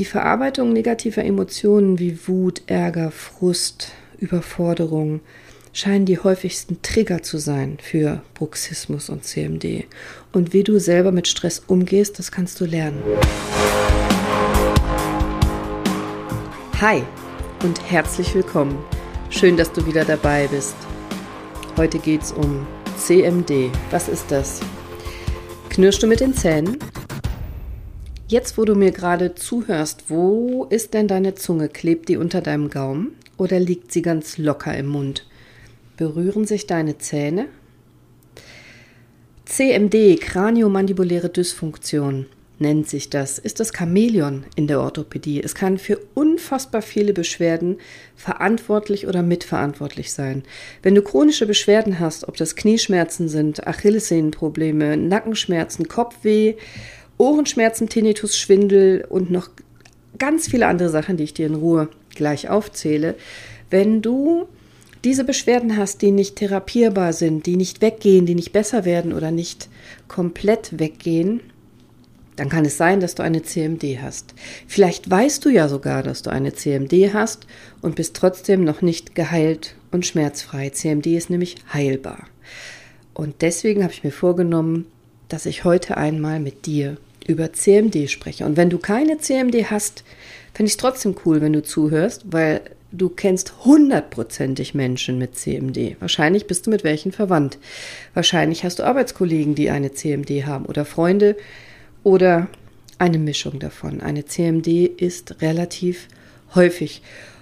Die Verarbeitung negativer Emotionen wie Wut, Ärger, Frust, Überforderung scheinen die häufigsten Trigger zu sein für Bruxismus und CMD. Und wie du selber mit Stress umgehst, das kannst du lernen. Hi und herzlich willkommen. Schön, dass du wieder dabei bist. Heute geht es um CMD. Was ist das? Knirschst du mit den Zähnen? Jetzt, wo du mir gerade zuhörst, wo ist denn deine Zunge? Klebt die unter deinem Gaumen oder liegt sie ganz locker im Mund? Berühren sich deine Zähne? CMD, Kraniomandibuläre Dysfunktion, nennt sich das, ist das Chamäleon in der Orthopädie. Es kann für unfassbar viele Beschwerden verantwortlich oder mitverantwortlich sein. Wenn du chronische Beschwerden hast, ob das Knieschmerzen sind, Achillessehnenprobleme, Nackenschmerzen, Kopfweh, Ohrenschmerzen, Tinnitus, Schwindel und noch ganz viele andere Sachen, die ich dir in Ruhe gleich aufzähle. Wenn du diese Beschwerden hast, die nicht therapierbar sind, die nicht weggehen, die nicht besser werden oder nicht komplett weggehen, dann kann es sein, dass du eine CMD hast. Vielleicht weißt du ja sogar, dass du eine CMD hast und bist trotzdem noch nicht geheilt und schmerzfrei. CMD ist nämlich heilbar. Und deswegen habe ich mir vorgenommen, dass ich heute einmal mit dir über CMD spreche. Und wenn du keine CMD hast, finde ich es trotzdem cool, wenn du zuhörst, weil du kennst 100%ig Menschen mit CMD. Wahrscheinlich bist du mit welchen verwandt. Wahrscheinlich hast du Arbeitskollegen, die eine CMD haben oder Freunde oder eine Mischung davon. Eine CMD ist relativ häufig.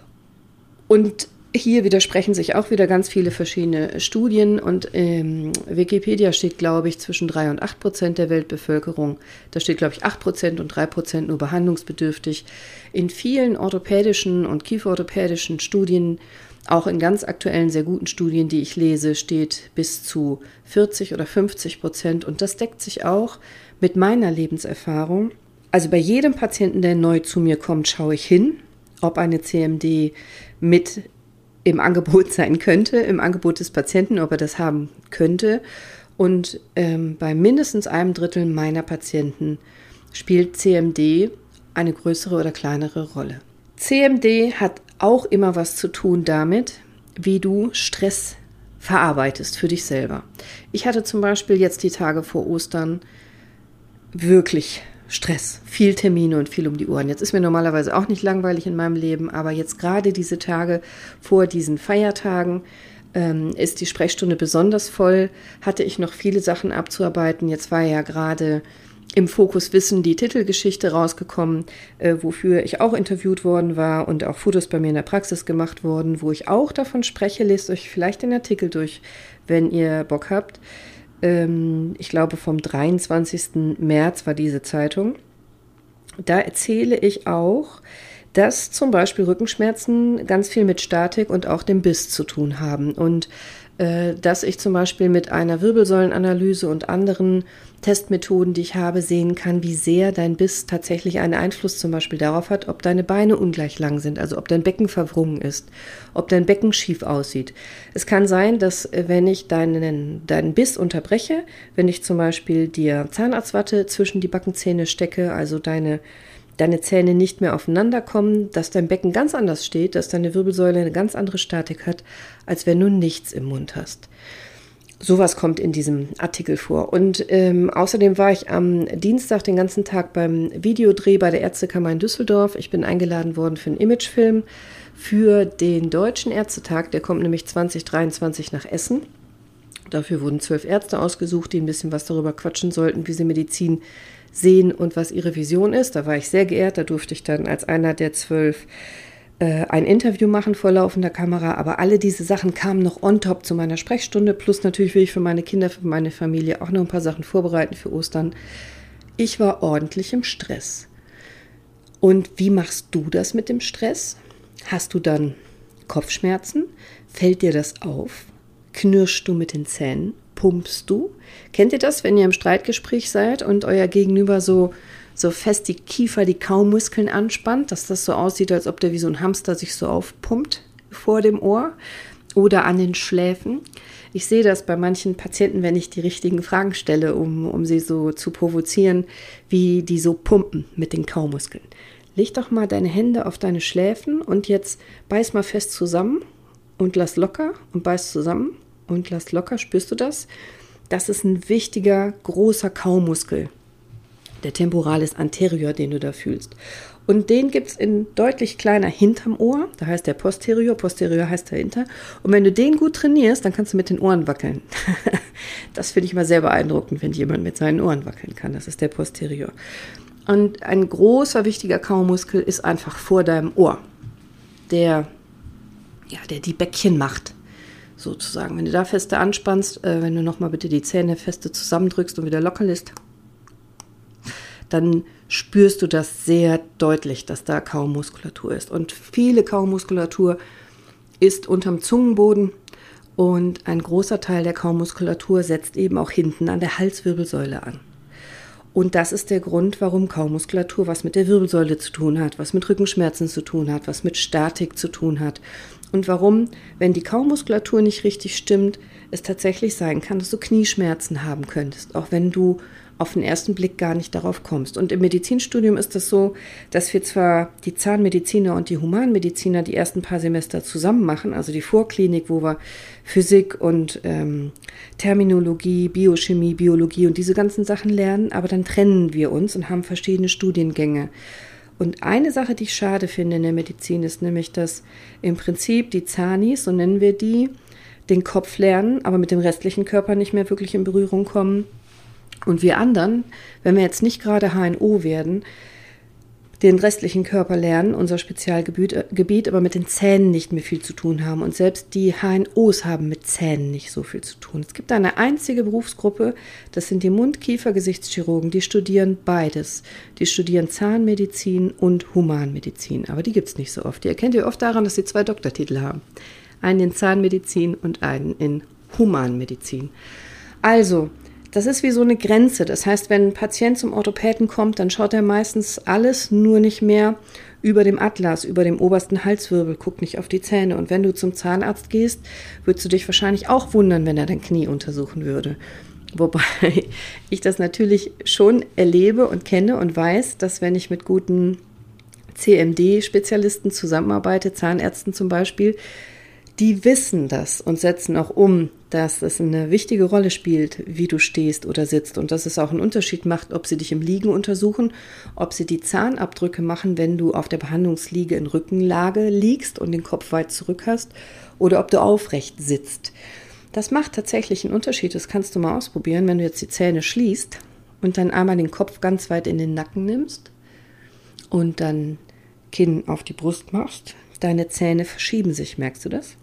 Und hier widersprechen sich auch wieder ganz viele verschiedene Studien und Wikipedia steht, glaube ich, zwischen 3 und 8% der Weltbevölkerung. Da steht, glaube ich, 8% und 3% nur behandlungsbedürftig. In vielen orthopädischen und kieferorthopädischen Studien, auch in ganz aktuellen, sehr guten Studien, die ich lese, steht bis zu 40 oder 50%. Und das deckt sich auch mit meiner Lebenserfahrung. Also bei jedem Patienten, der neu zu mir kommt, schaue ich hin, ob eine CMD mit im Angebot sein könnte, im Angebot des Patienten, ob er das haben könnte. Und bei mindestens einem Drittel meiner Patienten spielt CMD eine größere oder kleinere Rolle. CMD hat auch immer was zu tun damit, wie du Stress verarbeitest für dich selber. Ich hatte zum Beispiel jetzt die Tage vor Ostern wirklich Stress, viel Termine und viel um die Ohren. Jetzt ist mir normalerweise auch nicht langweilig in meinem Leben, aber jetzt gerade diese Tage vor diesen Feiertagen ist die Sprechstunde besonders voll, hatte ich noch viele Sachen abzuarbeiten. Jetzt war ja gerade im Fokus Wissen die Titelgeschichte rausgekommen, wofür ich auch interviewt worden war und auch Fotos bei mir in der Praxis gemacht worden, wo ich auch davon spreche. Lest euch vielleicht den Artikel durch, wenn ihr Bock habt. Ich glaube vom 23. März war diese Zeitung. Da erzähle ich auch, dass zum Beispiel Rückenschmerzen ganz viel mit Statik und auch dem Biss zu tun haben und dass ich zum Beispiel mit einer Wirbelsäulenanalyse und anderen Testmethoden, die ich habe, sehen kann, wie sehr dein Biss tatsächlich einen Einfluss zum Beispiel darauf hat, ob deine Beine ungleich lang sind, also ob dein Becken verwrungen ist, ob dein Becken schief aussieht. Es kann sein, dass wenn ich deinen Biss unterbreche, wenn ich zum Beispiel dir Zahnarztwatte zwischen die Backenzähne stecke, also deine Zähne nicht mehr aufeinander kommen, dass dein Becken ganz anders steht, dass deine Wirbelsäule eine ganz andere Statik hat, als wenn du nichts im Mund hast. Sowas kommt in diesem Artikel vor. Und außerdem war ich am Dienstag den ganzen Tag beim Videodreh bei der Ärztekammer in Düsseldorf. Ich bin eingeladen worden für einen Imagefilm für den Deutschen Ärztetag. Der kommt nämlich 2023 nach Essen. Dafür wurden 12 Ärzte ausgesucht, die ein bisschen was darüber quatschen sollten, wie sie Medizin sehen und was ihre Vision ist. Da war ich sehr geehrt, da durfte ich dann als einer der 12 ein Interview machen vor laufender Kamera, aber alle diese Sachen kamen noch on top zu meiner Sprechstunde, plus natürlich will ich für meine Kinder, für meine Familie auch noch ein paar Sachen vorbereiten für Ostern. Ich war ordentlich im Stress. Und wie machst du das mit dem Stress? Hast du dann Kopfschmerzen? Fällt dir das auf? Knirschst du mit den Zähnen? Pumpst du? Kennt ihr das, wenn ihr im Streitgespräch seid und euer Gegenüber so fest die Kiefer, die Kaumuskeln anspannt, dass das so aussieht, als ob der wie so ein Hamster sich so aufpumpt vor dem Ohr oder an den Schläfen? Ich sehe das bei manchen Patienten, wenn ich die richtigen Fragen stelle, um sie so zu provozieren, wie die so pumpen mit den Kaumuskeln. leg doch mal deine Hände auf deine Schläfen und jetzt beiß mal fest zusammen und lass locker und beiß zusammen und lass locker. Spürst du das? Das ist ein wichtiger, großer Kaumuskel, der Temporalis anterior, den du da fühlst. Und den gibt es in deutlich kleiner hinterm Ohr, da heißt der posterior, posterior heißt dahinter. Und wenn du den gut trainierst, dann kannst du mit den Ohren wackeln. Das finde ich immer sehr beeindruckend, wenn jemand mit seinen Ohren wackeln kann. Das ist der posterior. Und ein großer, wichtiger Kaumuskel ist einfach vor deinem Ohr, der die Bäckchen macht, sozusagen. Wenn du da feste anspannst, wenn du nochmal bitte die Zähne feste zusammendrückst und wieder locker lässt, dann spürst du das sehr deutlich, dass da Kaumuskulatur ist. Und viele Kaumuskulatur ist unterm Zungenboden und ein großer Teil der Kaumuskulatur setzt eben auch hinten an der Halswirbelsäule an. Und das ist der Grund, warum Kaumuskulatur was mit der Wirbelsäule zu tun hat, was mit Rückenschmerzen zu tun hat, was mit Statik zu tun hat. Und warum, wenn die Kaumuskulatur nicht richtig stimmt, es tatsächlich sein kann, dass du Knieschmerzen haben könntest, auch wenn du auf den ersten Blick gar nicht darauf kommst. Und im Medizinstudium ist es so, dass wir zwar die Zahnmediziner und die Humanmediziner die ersten paar Semester zusammen machen, also die Vorklinik, wo wir Physik und Terminologie, Biochemie, Biologie und diese ganzen Sachen lernen, aber dann trennen wir uns und haben verschiedene Studiengänge. Und eine Sache, die ich schade finde in der Medizin, ist nämlich, dass im Prinzip die Zahnis, so nennen wir die, den Kopf lernen, aber mit dem restlichen Körper nicht mehr wirklich in Berührung kommen. Und wir anderen, wenn wir jetzt nicht gerade HNO werden, den restlichen Körper lernen, unser Spezialgebiet, aber mit den Zähnen nicht mehr viel zu tun haben. Und selbst die HNOs haben mit Zähnen nicht so viel zu tun. Es gibt eine einzige Berufsgruppe, das sind die Mund-Kiefer-Gesichtschirurgen, die studieren beides. Die studieren Zahnmedizin und Humanmedizin, aber die gibt es nicht so oft. Die erkennt ihr oft daran, dass sie 2 Doktortitel haben. Einen in Zahnmedizin und einen in Humanmedizin. Also, das ist wie so eine Grenze. Das heißt, wenn ein Patient zum Orthopäden kommt, dann schaut er meistens alles nur nicht mehr über dem Atlas, über dem obersten Halswirbel, guckt nicht auf die Zähne. Und wenn du zum Zahnarzt gehst, würdest du dich wahrscheinlich auch wundern, wenn er dein Knie untersuchen würde. Wobei ich das natürlich schon erlebe und kenne und weiß, dass wenn ich mit guten CMD-Spezialisten zusammenarbeite, Zahnärzten zum Beispiel, die wissen das und setzen auch um, dass es eine wichtige Rolle spielt, wie du stehst oder sitzt und dass es auch einen Unterschied macht, ob sie dich im Liegen untersuchen, ob sie die Zahnabdrücke machen, wenn du auf der Behandlungsliege in Rückenlage liegst und den Kopf weit zurück hast oder ob du aufrecht sitzt. Das macht tatsächlich einen Unterschied, das kannst du mal ausprobieren, wenn du jetzt die Zähne schließt und dann einmal den Kopf ganz weit in den Nacken nimmst und dann Kinn auf die Brust machst. Deine Zähne verschieben sich, merkst du das?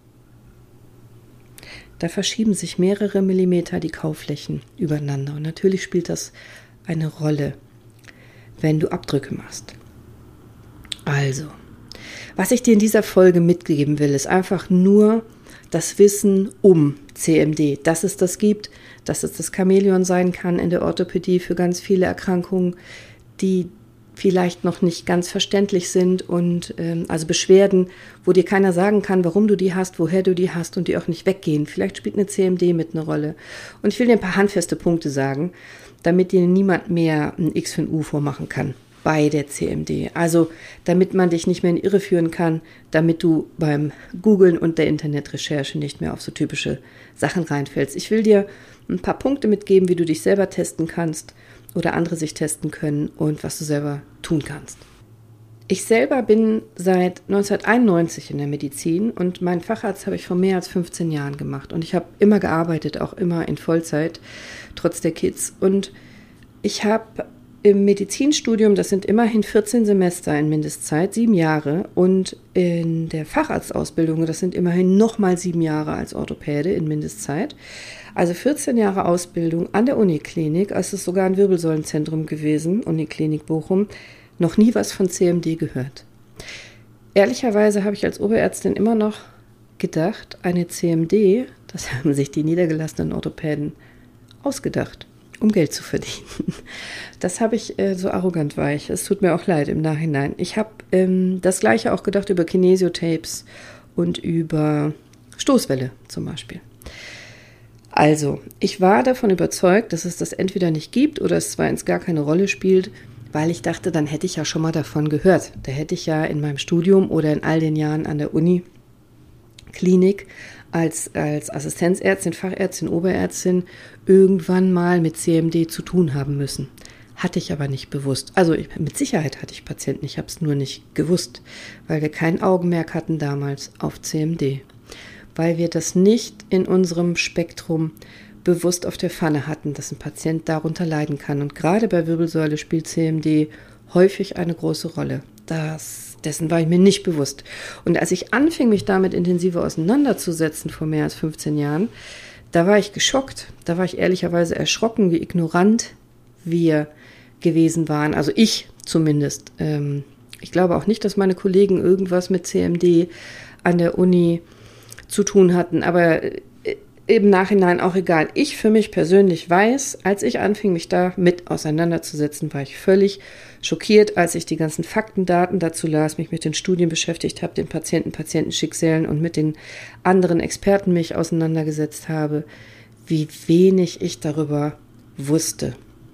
Da verschieben sich mehrere Millimeter die Kauflächen übereinander. Und natürlich spielt das eine Rolle, wenn du Abdrücke machst. Also, was ich dir in dieser Folge mitgeben will, ist einfach nur das Wissen um CMD, dass es das gibt, dass es das Chamäleon sein kann in der Orthopädie für ganz viele Erkrankungen, die vielleicht noch nicht ganz verständlich sind und also Beschwerden, wo dir keiner sagen kann, warum du die hast, woher du die hast und die auch nicht weggehen. Vielleicht spielt eine CMD mit eine Rolle. Und ich will dir ein paar handfeste Punkte sagen, damit dir niemand mehr ein X für ein U vormachen kann bei der CMD. Also damit man dich nicht mehr in Irre führen kann, damit du beim Googlen und der Internetrecherche nicht mehr auf so typische Sachen reinfällst. Ich will dir ein paar Punkte mitgeben, wie du dich selber testen kannst oder andere sich testen können und was du selber tun kannst. Ich selber bin seit 1991 in der Medizin und meinen Facharzt habe ich vor mehr als 15 Jahren gemacht und ich habe immer gearbeitet, auch immer in Vollzeit, trotz der Kids. Und ich habe im Medizinstudium, das sind immerhin 14 Semester in Mindestzeit, 7 Jahre und in der Facharztausbildung, das sind immerhin nochmal 7 Jahre als Orthopäde in Mindestzeit. Also 14 Jahre Ausbildung an der Uniklinik, es ist sogar ein Wirbelsäulenzentrum gewesen, Uniklinik Bochum, noch nie was von CMD gehört. Ehrlicherweise habe ich als Oberärztin immer noch gedacht, eine CMD, das haben sich die niedergelassenen Orthopäden ausgedacht, um Geld zu verdienen. Das habe ich, so arrogant war ich, es tut mir auch leid im Nachhinein. Ich habe das Gleiche auch gedacht über Kinesiotapes und über Stoßwelle zum Beispiel. Also, ich war davon überzeugt, dass es das entweder nicht gibt oder es zwar ins gar keine Rolle spielt, weil ich dachte, dann hätte ich ja schon mal davon gehört. Da hätte ich ja in meinem Studium oder in all den Jahren an der Uniklinik als Assistenzärztin, Fachärztin, Oberärztin irgendwann mal mit CMD zu tun haben müssen. Hatte ich aber nicht bewusst. Also mit Sicherheit hatte ich Patienten, ich habe es nur nicht gewusst, weil wir kein Augenmerk hatten damals auf CMD. Weil wir das nicht in unserem Spektrum bewusst auf der Pfanne hatten, dass ein Patient darunter leiden kann. Und gerade bei Wirbelsäule spielt CMD häufig eine große Rolle. Dessen war ich mir nicht bewusst. Und als ich anfing, mich damit intensiver auseinanderzusetzen vor mehr als 15 Jahren, da war ich geschockt. Da war ich ehrlicherweise erschrocken, wie ignorant wir gewesen waren. Also ich zumindest. Ich glaube auch nicht, dass meine Kollegen irgendwas mit CMD an der Uni zu tun hatten, aber im Nachhinein auch egal. Ich für mich persönlich weiß, als ich anfing, mich da mit auseinanderzusetzen, war ich völlig schockiert, als ich die ganzen Fakten, Daten dazu las, mich mit den Studien beschäftigt habe, den Patientenschicksalen und mit den anderen Experten mich auseinandergesetzt habe, wie wenig ich darüber wusste.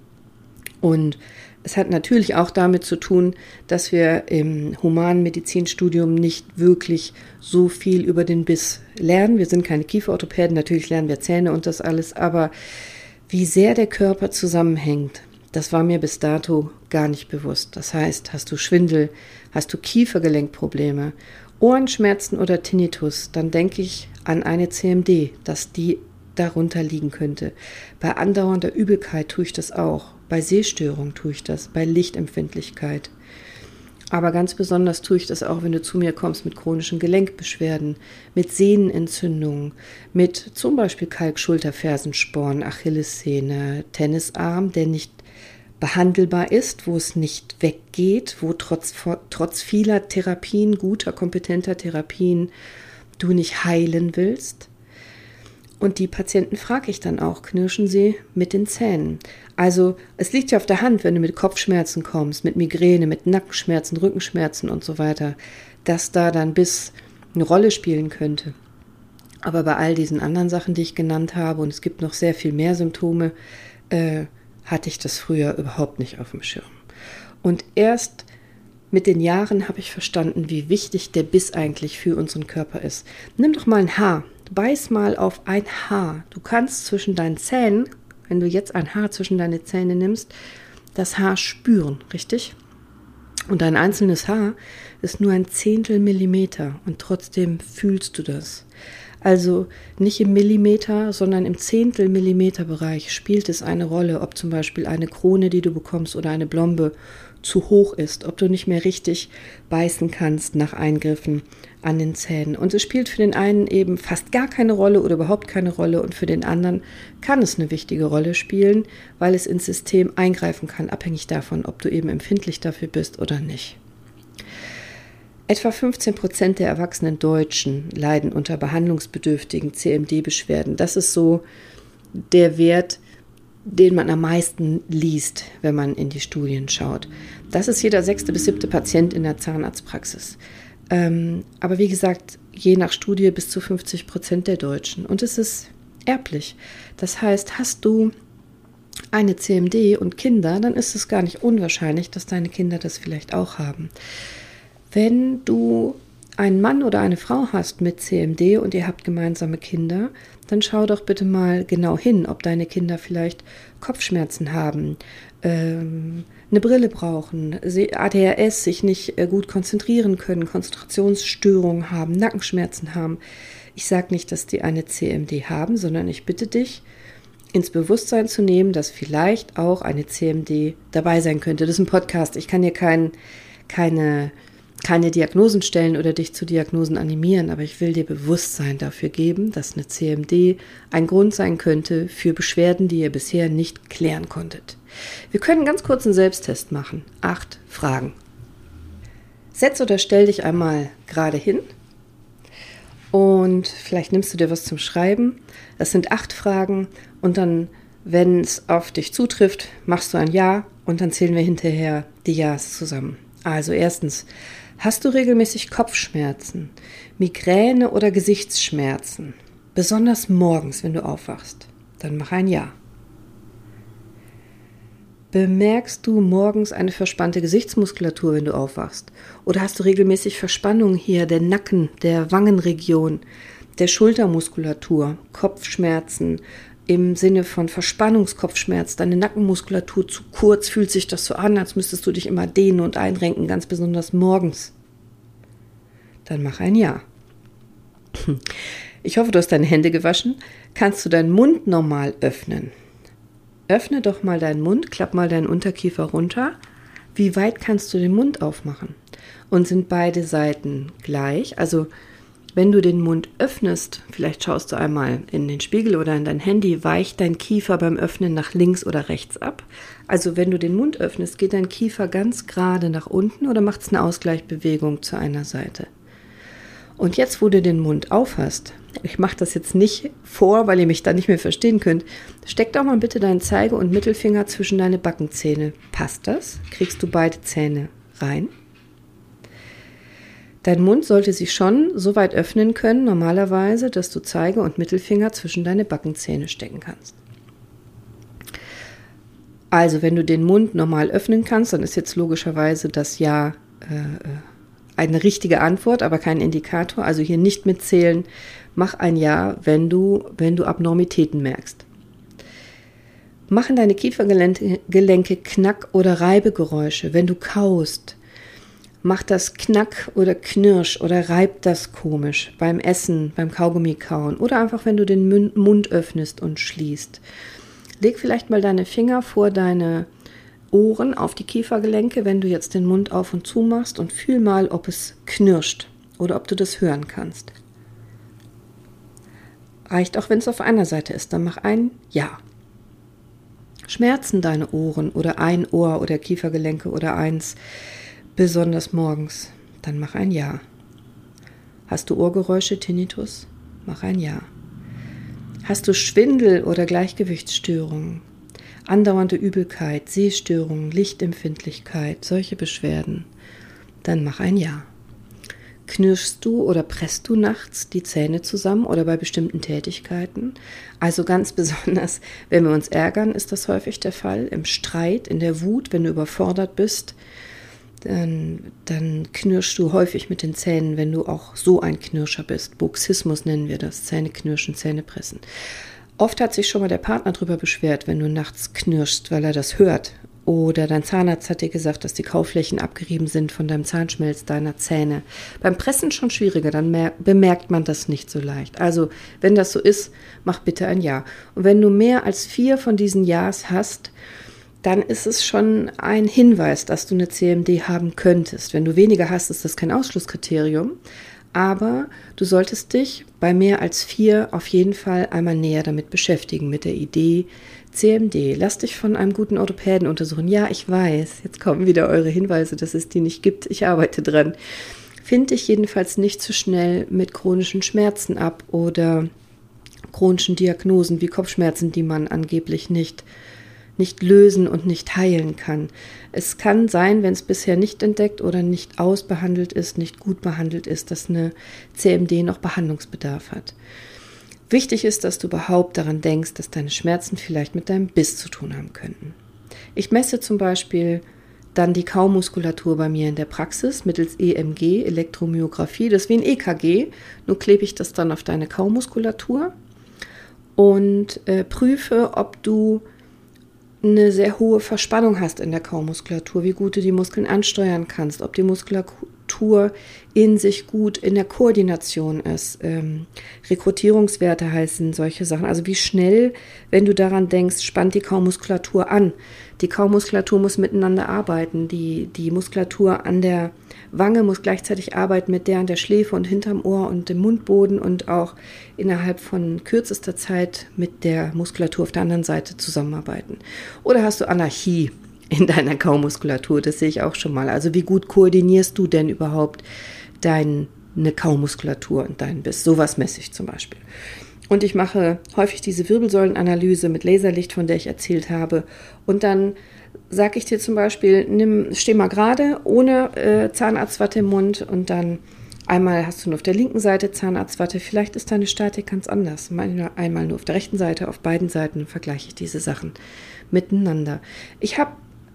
Und es hat natürlich auch damit zu tun, dass wir im Humanmedizinstudium nicht wirklich so viel über den Biss lernen. Wir sind keine Kieferorthopäden, natürlich lernen wir Zähne und das alles, aber wie sehr der Körper zusammenhängt, das war mir bis dato gar nicht bewusst. Das heißt, hast du Schwindel, hast du Kiefergelenkprobleme, Ohrenschmerzen oder Tinnitus, dann denke ich an eine CMD, dass die darunter liegen könnte. Bei andauernder Übelkeit tue ich das auch. Bei Sehstörung tue ich das, bei Lichtempfindlichkeit. Aber ganz besonders tue ich das auch, wenn du zu mir kommst mit chronischen Gelenkbeschwerden, mit Sehnenentzündungen, mit zum Beispiel Kalk-Schulterfersensporn, Achillessehne, Tennisarm, der nicht behandelbar ist, wo es nicht weggeht, wo trotz vieler Therapien, guter, kompetenter Therapien, du nicht heilen willst. Und die Patienten frage ich dann auch, knirschen sie mit den Zähnen? Also es liegt ja auf der Hand, wenn du mit Kopfschmerzen kommst, mit Migräne, mit Nackenschmerzen, Rückenschmerzen und so weiter, dass da dann Biss eine Rolle spielen könnte. Aber bei all diesen anderen Sachen, die ich genannt habe, und es gibt noch sehr viel mehr Symptome, hatte ich das früher überhaupt nicht auf dem Schirm. Und erst mit den Jahren habe ich verstanden, wie wichtig der Biss eigentlich für unseren Körper ist. Nimm doch mal ein Haar. Beiß mal auf ein Haar. Du kannst zwischen deinen Zähnen, wenn du jetzt ein Haar zwischen deine Zähne nimmst, das Haar spüren, richtig? Und ein einzelnes Haar ist nur ein Zehntel Millimeter und trotzdem fühlst du das. Also nicht im Millimeter, sondern im Zehntel Millimeter Bereich spielt es eine Rolle, ob zum Beispiel eine Krone, die du bekommst, oder eine Blombe zu hoch ist, ob du nicht mehr richtig beißen kannst nach Eingriffen an den Zähnen. Und es spielt für den einen eben fast gar keine Rolle oder überhaupt keine Rolle und für den anderen kann es eine wichtige Rolle spielen, weil es ins System eingreifen kann, abhängig davon, ob du eben empfindlich dafür bist oder nicht. Etwa 15% der erwachsenen Deutschen leiden unter behandlungsbedürftigen CMD-Beschwerden. Das ist so der Wert, den man am meisten liest, wenn man in die Studien schaut. Das ist jeder 6. bis 7. Patient in der Zahnarztpraxis. Aber wie gesagt, je nach Studie bis zu 50% der Deutschen. Und es ist erblich. Das heißt, hast du eine CMD und Kinder, dann ist es gar nicht unwahrscheinlich, dass deine Kinder das vielleicht auch haben. Wenn du einen Mann oder eine Frau hast mit CMD und ihr habt gemeinsame Kinder, dann schau doch bitte mal genau hin, ob deine Kinder vielleicht Kopfschmerzen haben, eine Brille brauchen, ADHS, sich nicht gut konzentrieren können, Konzentrationsstörungen haben, Nackenschmerzen haben. Ich sage nicht, dass die eine CMD haben, sondern ich bitte dich, ins Bewusstsein zu nehmen, dass vielleicht auch eine CMD dabei sein könnte. Das ist ein Podcast, ich kann hier keine Diagnosen stellen oder dich zu Diagnosen animieren, aber ich will dir Bewusstsein dafür geben, dass eine CMD ein Grund sein könnte für Beschwerden, die ihr bisher nicht klären konntet. Wir können ganz kurz einen Selbsttest machen. 8 Fragen. Setz oder stell dich einmal gerade hin und vielleicht nimmst du dir was zum Schreiben. Das sind 8 Fragen und dann, wenn es auf dich zutrifft, machst du ein Ja und dann zählen wir hinterher die Ja's zusammen. Also erstens, hast du regelmäßig Kopfschmerzen, Migräne oder Gesichtsschmerzen? Besonders morgens, wenn du aufwachst. Dann mach ein Ja. Bemerkst du morgens eine verspannte Gesichtsmuskulatur, wenn du aufwachst? Oder hast du regelmäßig Verspannung hier der Nacken, der Wangenregion, der Schultermuskulatur, Kopfschmerzen im Sinne von Verspannungskopfschmerz, deine Nackenmuskulatur zu kurz, fühlt sich das so an, als müsstest du dich immer dehnen und einrenken, ganz besonders morgens? Dann mach ein Ja. Ich hoffe, du hast deine Hände gewaschen. Kannst du deinen Mund normal öffnen? Öffne doch mal deinen Mund, klapp mal deinen Unterkiefer runter. Wie weit kannst du den Mund aufmachen? Und sind beide Seiten gleich? Also wenn du den Mund öffnest, vielleicht schaust du einmal in den Spiegel oder in dein Handy, weicht dein Kiefer beim Öffnen nach links oder rechts ab? Also wenn du den Mund öffnest, geht dein Kiefer ganz gerade nach unten oder macht es eine Ausgleichsbewegung zu einer Seite? Und jetzt, wo du den Mund auf hast, ich mache das jetzt nicht vor, weil ihr mich da nicht mehr verstehen könnt, steck doch mal bitte deinen Zeige- und Mittelfinger zwischen deine Backenzähne. Passt das? Kriegst du beide Zähne rein? Dein Mund sollte sich schon so weit öffnen können, normalerweise, dass du Zeige- und Mittelfinger zwischen deine Backenzähne stecken kannst. Also, wenn du den Mund normal öffnen kannst, dann ist jetzt logischerweise das Ja eine richtige Antwort, aber kein Indikator. Also hier nicht mitzählen. Mach ein Ja, wenn du Abnormitäten merkst. Machen deine Kiefergelenke Knack- oder Reibegeräusche, wenn du kaust. Macht das Knack oder Knirsch oder reibt das komisch beim Essen, beim Kaugummi kauen oder einfach, wenn du den Mund öffnest und schließt. Leg vielleicht mal deine Finger vor deine Ohren auf die Kiefergelenke, wenn du jetzt den Mund auf und zu machst und fühl mal, ob es knirscht oder ob du das hören kannst. Reicht auch, wenn es auf einer Seite ist, dann mach ein Ja. Schmerzen deine Ohren oder ein Ohr oder Kiefergelenke oder eins, besonders morgens, dann mach ein Ja. Hast du Ohrgeräusche, Tinnitus? Mach ein Ja. Hast du Schwindel oder Gleichgewichtsstörungen? Andauernde Übelkeit, Sehstörungen, Lichtempfindlichkeit, solche Beschwerden, dann mach ein Ja. Knirschst du oder presst du nachts die Zähne zusammen oder bei bestimmten Tätigkeiten? Also ganz besonders, wenn wir uns ärgern, ist das häufig der Fall. Im Streit, in der Wut, wenn du überfordert bist, dann knirschst du häufig mit den Zähnen, wenn du auch so ein Knirscher bist. Bruxismus nennen wir das, Zähne knirschen, Zähne pressen. Oft hat sich schon mal der Partner darüber beschwert, wenn du nachts knirschst, weil er das hört. Oder dein Zahnarzt hat dir gesagt, dass die Kauflächen abgerieben sind von deinem Zahnschmelz deiner Zähne. Beim Pressen schon schwieriger, dann bemerkt man das nicht so leicht. Also, wenn das so ist, mach bitte ein Ja. Und wenn du mehr als 4 von diesen Ja's hast, dann ist es schon ein Hinweis, dass du eine CMD haben könntest. Wenn du weniger hast, ist das kein Ausschlusskriterium. Aber du solltest dich bei mehr als 4 auf jeden Fall einmal näher damit beschäftigen, mit der Idee CMD. Lass dich von einem guten Orthopäden untersuchen. Ja, ich weiß, jetzt kommen wieder eure Hinweise, dass es die nicht gibt. Ich arbeite dran. Find dich jedenfalls nicht zu schnell mit chronischen Schmerzen ab oder chronischen Diagnosen wie Kopfschmerzen, die man angeblich nicht lösen und nicht heilen kann. Es kann sein, wenn es bisher nicht entdeckt oder nicht ausbehandelt ist, nicht gut behandelt ist, dass eine CMD noch Behandlungsbedarf hat. Wichtig ist, dass du überhaupt daran denkst, dass deine Schmerzen vielleicht mit deinem Biss zu tun haben könnten. Ich messe zum Beispiel dann die Kaumuskulatur bei mir in der Praxis mittels EMG, Elektromyographie. Das ist wie ein EKG, nur klebe ich das dann auf deine Kaumuskulatur und prüfe, ob du eine sehr hohe Verspannung hast in der Kaumuskulatur, wie gut du die Muskeln ansteuern kannst, ob die Muskulatur in sich gut in der Koordination ist. Rekrutierungswerte heißen solche Sachen. Also wie schnell, wenn du daran denkst, spannt die Kaumuskulatur an. Die Kaumuskulatur muss miteinander arbeiten. Die Muskulatur an der Wange muss gleichzeitig arbeiten mit der an der Schläfe und hinterm Ohr und dem Mundboden und auch innerhalb von kürzester Zeit mit der Muskulatur auf der anderen Seite zusammenarbeiten. Oder hast du Anarchie in deiner Kaumuskulatur? Das sehe ich auch schon mal. Also wie gut koordinierst du denn überhaupt deine Kaumuskulatur und deinen Biss? Sowas messe ich zum Beispiel. Und ich mache häufig diese Wirbelsäulenanalyse mit Laserlicht, von der ich erzählt habe. Und dann sage ich dir zum Beispiel, steh mal gerade, ohne Zahnarztwatte im Mund und dann einmal hast du nur auf der linken Seite Zahnarztwatte, vielleicht ist deine Statik ganz anders. Einmal nur auf der rechten Seite, auf beiden Seiten vergleiche ich diese Sachen miteinander. Ich habe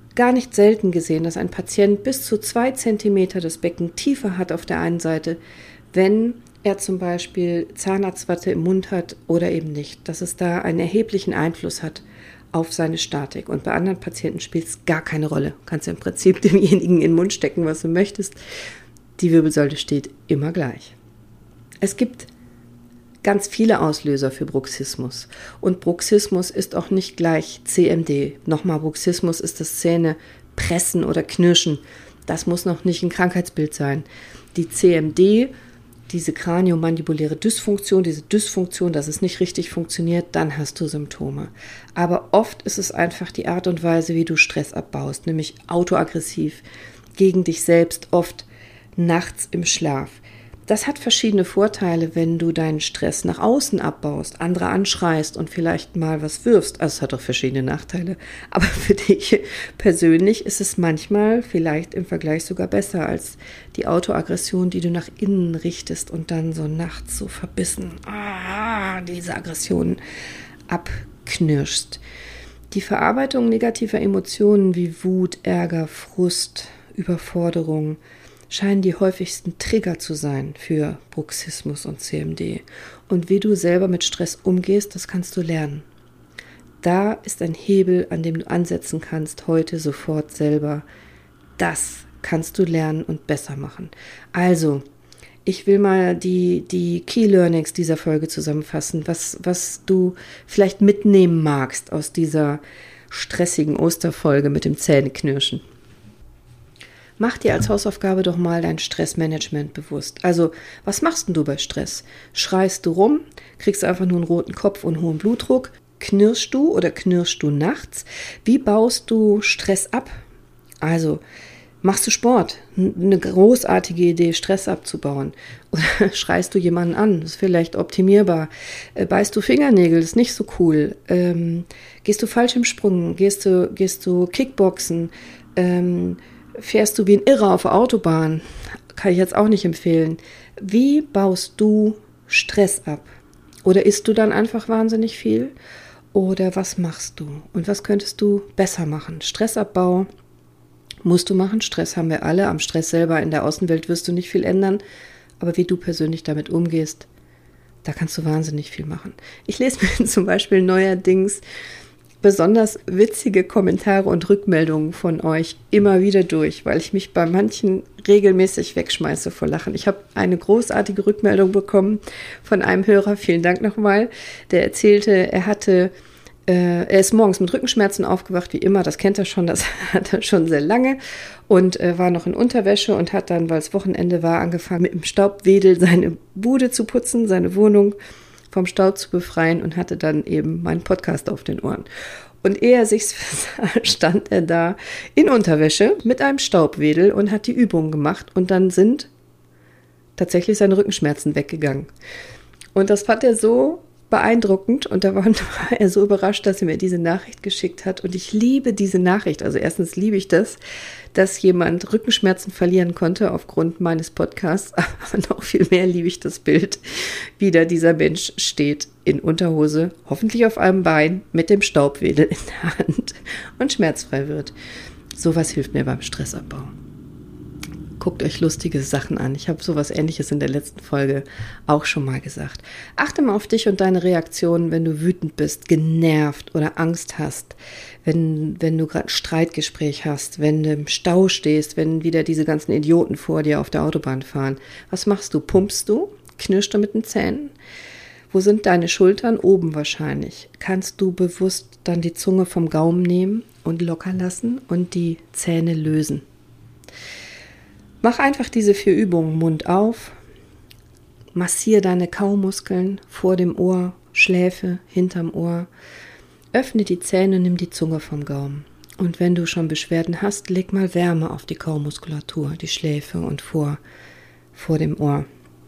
gar nicht selten gesehen, dass ein Patient bis zu 2 Zentimeter das Becken tiefer hat auf der einen Seite, wenn er zum Beispiel Zahnarztwatte im Mund hat oder eben nicht, dass es da einen erheblichen Einfluss hat auf seine Statik. Und bei anderen Patienten spielt es gar keine Rolle. Du kannst ja im Prinzip demjenigen in den Mund stecken, was du möchtest. Die Wirbelsäule steht immer gleich. Es gibt ganz viele Auslöser für Bruxismus. Und Bruxismus ist auch nicht gleich CMD. Nochmal, Bruxismus ist das Zähne pressen oder knirschen. Das muss noch nicht ein Krankheitsbild sein. Die CMD, diese kraniomandibuläre Dysfunktion, dass es nicht richtig funktioniert, dann hast du Symptome. Aber oft ist es einfach die Art und Weise, wie du Stress abbaust, nämlich autoaggressiv, gegen dich selbst, oft nachts im Schlaf. Das hat verschiedene Vorteile, wenn du deinen Stress nach außen abbaust, andere anschreist und vielleicht mal was wirfst. Also es hat auch verschiedene Nachteile. Aber für dich persönlich ist es manchmal vielleicht im Vergleich sogar besser als die Autoaggression, die du nach innen richtest und dann so nachts so verbissen diese Aggressionen abknirschst. Die Verarbeitung negativer Emotionen wie Wut, Ärger, Frust, Überforderung scheinen die häufigsten Trigger zu sein für Bruxismus und CMD. Und wie du selber mit Stress umgehst, das kannst du lernen. Da ist ein Hebel, an dem du ansetzen kannst, heute sofort selber. Das kannst du lernen und besser machen. Also, ich will mal die Key Learnings dieser Folge zusammenfassen, was du vielleicht mitnehmen magst aus dieser stressigen Osterfolge mit dem Zähneknirschen. Mach dir als Hausaufgabe doch mal dein Stressmanagement bewusst. Also, was machst denn du bei Stress? Schreist du rum? Kriegst einfach nur einen roten Kopf und hohen Blutdruck? Knirschst du oder knirschst du nachts? Wie baust du Stress ab? Also, machst du Sport? Eine großartige Idee, Stress abzubauen. Oder schreist du jemanden an? Das ist vielleicht optimierbar. Beißt du Fingernägel? Das ist nicht so cool. Gehst du Fallschirmsprung? Gehst du Kickboxen? Fährst du wie ein Irrer auf der Autobahn? Kann ich jetzt auch nicht empfehlen. Wie baust du Stress ab? Oder isst du dann einfach wahnsinnig viel? Oder was machst du? Und was könntest du besser machen? Stressabbau musst du machen. Stress haben wir alle. Am Stress selber in der Außenwelt wirst du nicht viel ändern. Aber wie du persönlich damit umgehst, da kannst du wahnsinnig viel machen. Ich lese mir zum Beispiel neuerdings besonders witzige Kommentare und Rückmeldungen von euch immer wieder durch, weil ich mich bei manchen regelmäßig wegschmeiße vor Lachen. Ich habe eine großartige Rückmeldung bekommen von einem Hörer, vielen Dank nochmal, der erzählte, er ist morgens mit Rückenschmerzen aufgewacht, wie immer, das kennt er schon, das hat er schon sehr lange und war noch in Unterwäsche und hat dann, weil es Wochenende war, angefangen mit dem Staubwedel seine Bude zu putzen, seine Wohnung vom Staub zu befreien und hatte dann eben meinen Podcast auf den Ohren. Und ehe er sich's versah, stand er da in Unterwäsche mit einem Staubwedel und hat die Übungen gemacht und dann sind tatsächlich seine Rückenschmerzen weggegangen. Und das fand er so beeindruckend und da war er so überrascht, dass er mir diese Nachricht geschickt hat und ich liebe diese Nachricht. Also erstens liebe ich das, dass jemand Rückenschmerzen verlieren konnte aufgrund meines Podcasts, aber noch viel mehr liebe ich das Bild, wie da dieser Mensch steht in Unterhose, hoffentlich auf einem Bein mit dem Staubwedel in der Hand und schmerzfrei wird. Sowas hilft mir beim Stressabbau. Guckt euch lustige Sachen an. Ich habe sowas Ähnliches in der letzten Folge auch schon mal gesagt. Achte mal auf dich und deine Reaktionen, wenn du wütend bist, genervt oder Angst hast, wenn du gerade ein Streitgespräch hast, wenn du im Stau stehst, wenn wieder diese ganzen Idioten vor dir auf der Autobahn fahren. Was machst du? Pumpst du? Knirschst du mit den Zähnen? Wo sind deine Schultern? Oben wahrscheinlich. Kannst du bewusst dann die Zunge vom Gaumen nehmen und locker lassen und die Zähne lösen? Mach einfach diese 4 Übungen, Mund auf, massiere deine Kaumuskeln vor dem Ohr, Schläfe, hinterm Ohr, öffne die Zähne, nimm die Zunge vom Gaumen. Und wenn du schon Beschwerden hast, leg mal Wärme auf die Kaumuskulatur, die Schläfe und vor dem Ohr.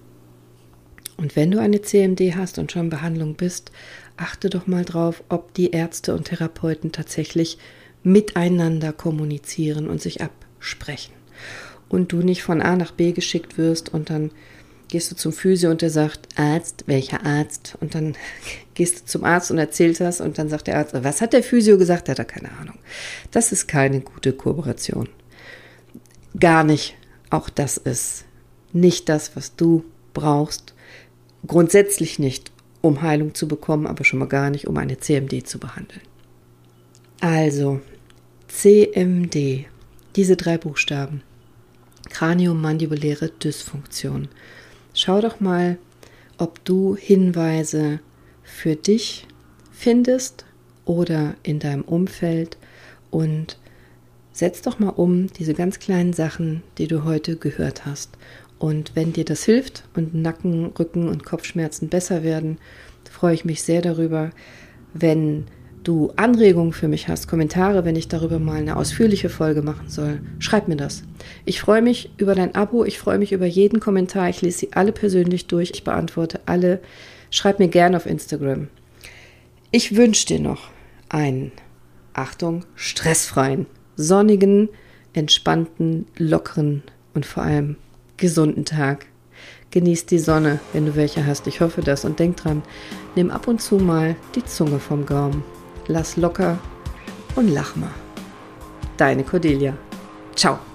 Und wenn du eine CMD hast und schon in Behandlung bist, achte doch mal drauf, ob die Ärzte und Therapeuten tatsächlich miteinander kommunizieren und sich absprechen. Und du nicht von A nach B geschickt wirst und dann gehst du zum Physio und der sagt, Arzt, welcher Arzt? Und dann gehst du zum Arzt und erzählst das und dann sagt der Arzt, was hat der Physio gesagt? Der hat da keine Ahnung. Das ist keine gute Kooperation. Gar nicht. Auch das ist nicht das, was du brauchst. Grundsätzlich nicht, um Heilung zu bekommen, aber schon mal gar nicht, um eine CMD zu behandeln. Also, CMD, diese 3 Buchstaben, Kraniomandibuläre Dysfunktion. Schau doch mal, ob du Hinweise für dich findest oder in deinem Umfeld und setz doch mal um diese ganz kleinen Sachen, die du heute gehört hast. Und wenn dir das hilft und Nacken-, Rücken- und Kopfschmerzen besser werden, freue ich mich sehr darüber. Wenn du Anregungen für mich hast, Kommentare, wenn ich darüber mal eine ausführliche Folge machen soll, schreib mir das. Ich freue mich über dein Abo, ich freue mich über jeden Kommentar, ich lese sie alle persönlich durch, ich beantworte alle. Schreib mir gerne auf Instagram. Ich wünsche dir noch einen, Achtung, stressfreien, sonnigen, entspannten, lockeren und vor allem gesunden Tag. Genieß die Sonne, wenn du welche hast. Ich hoffe das. Und denk dran, nimm ab und zu mal die Zunge vom Gaumen. Lass locker und lach mal. Deine Cordelia. Ciao.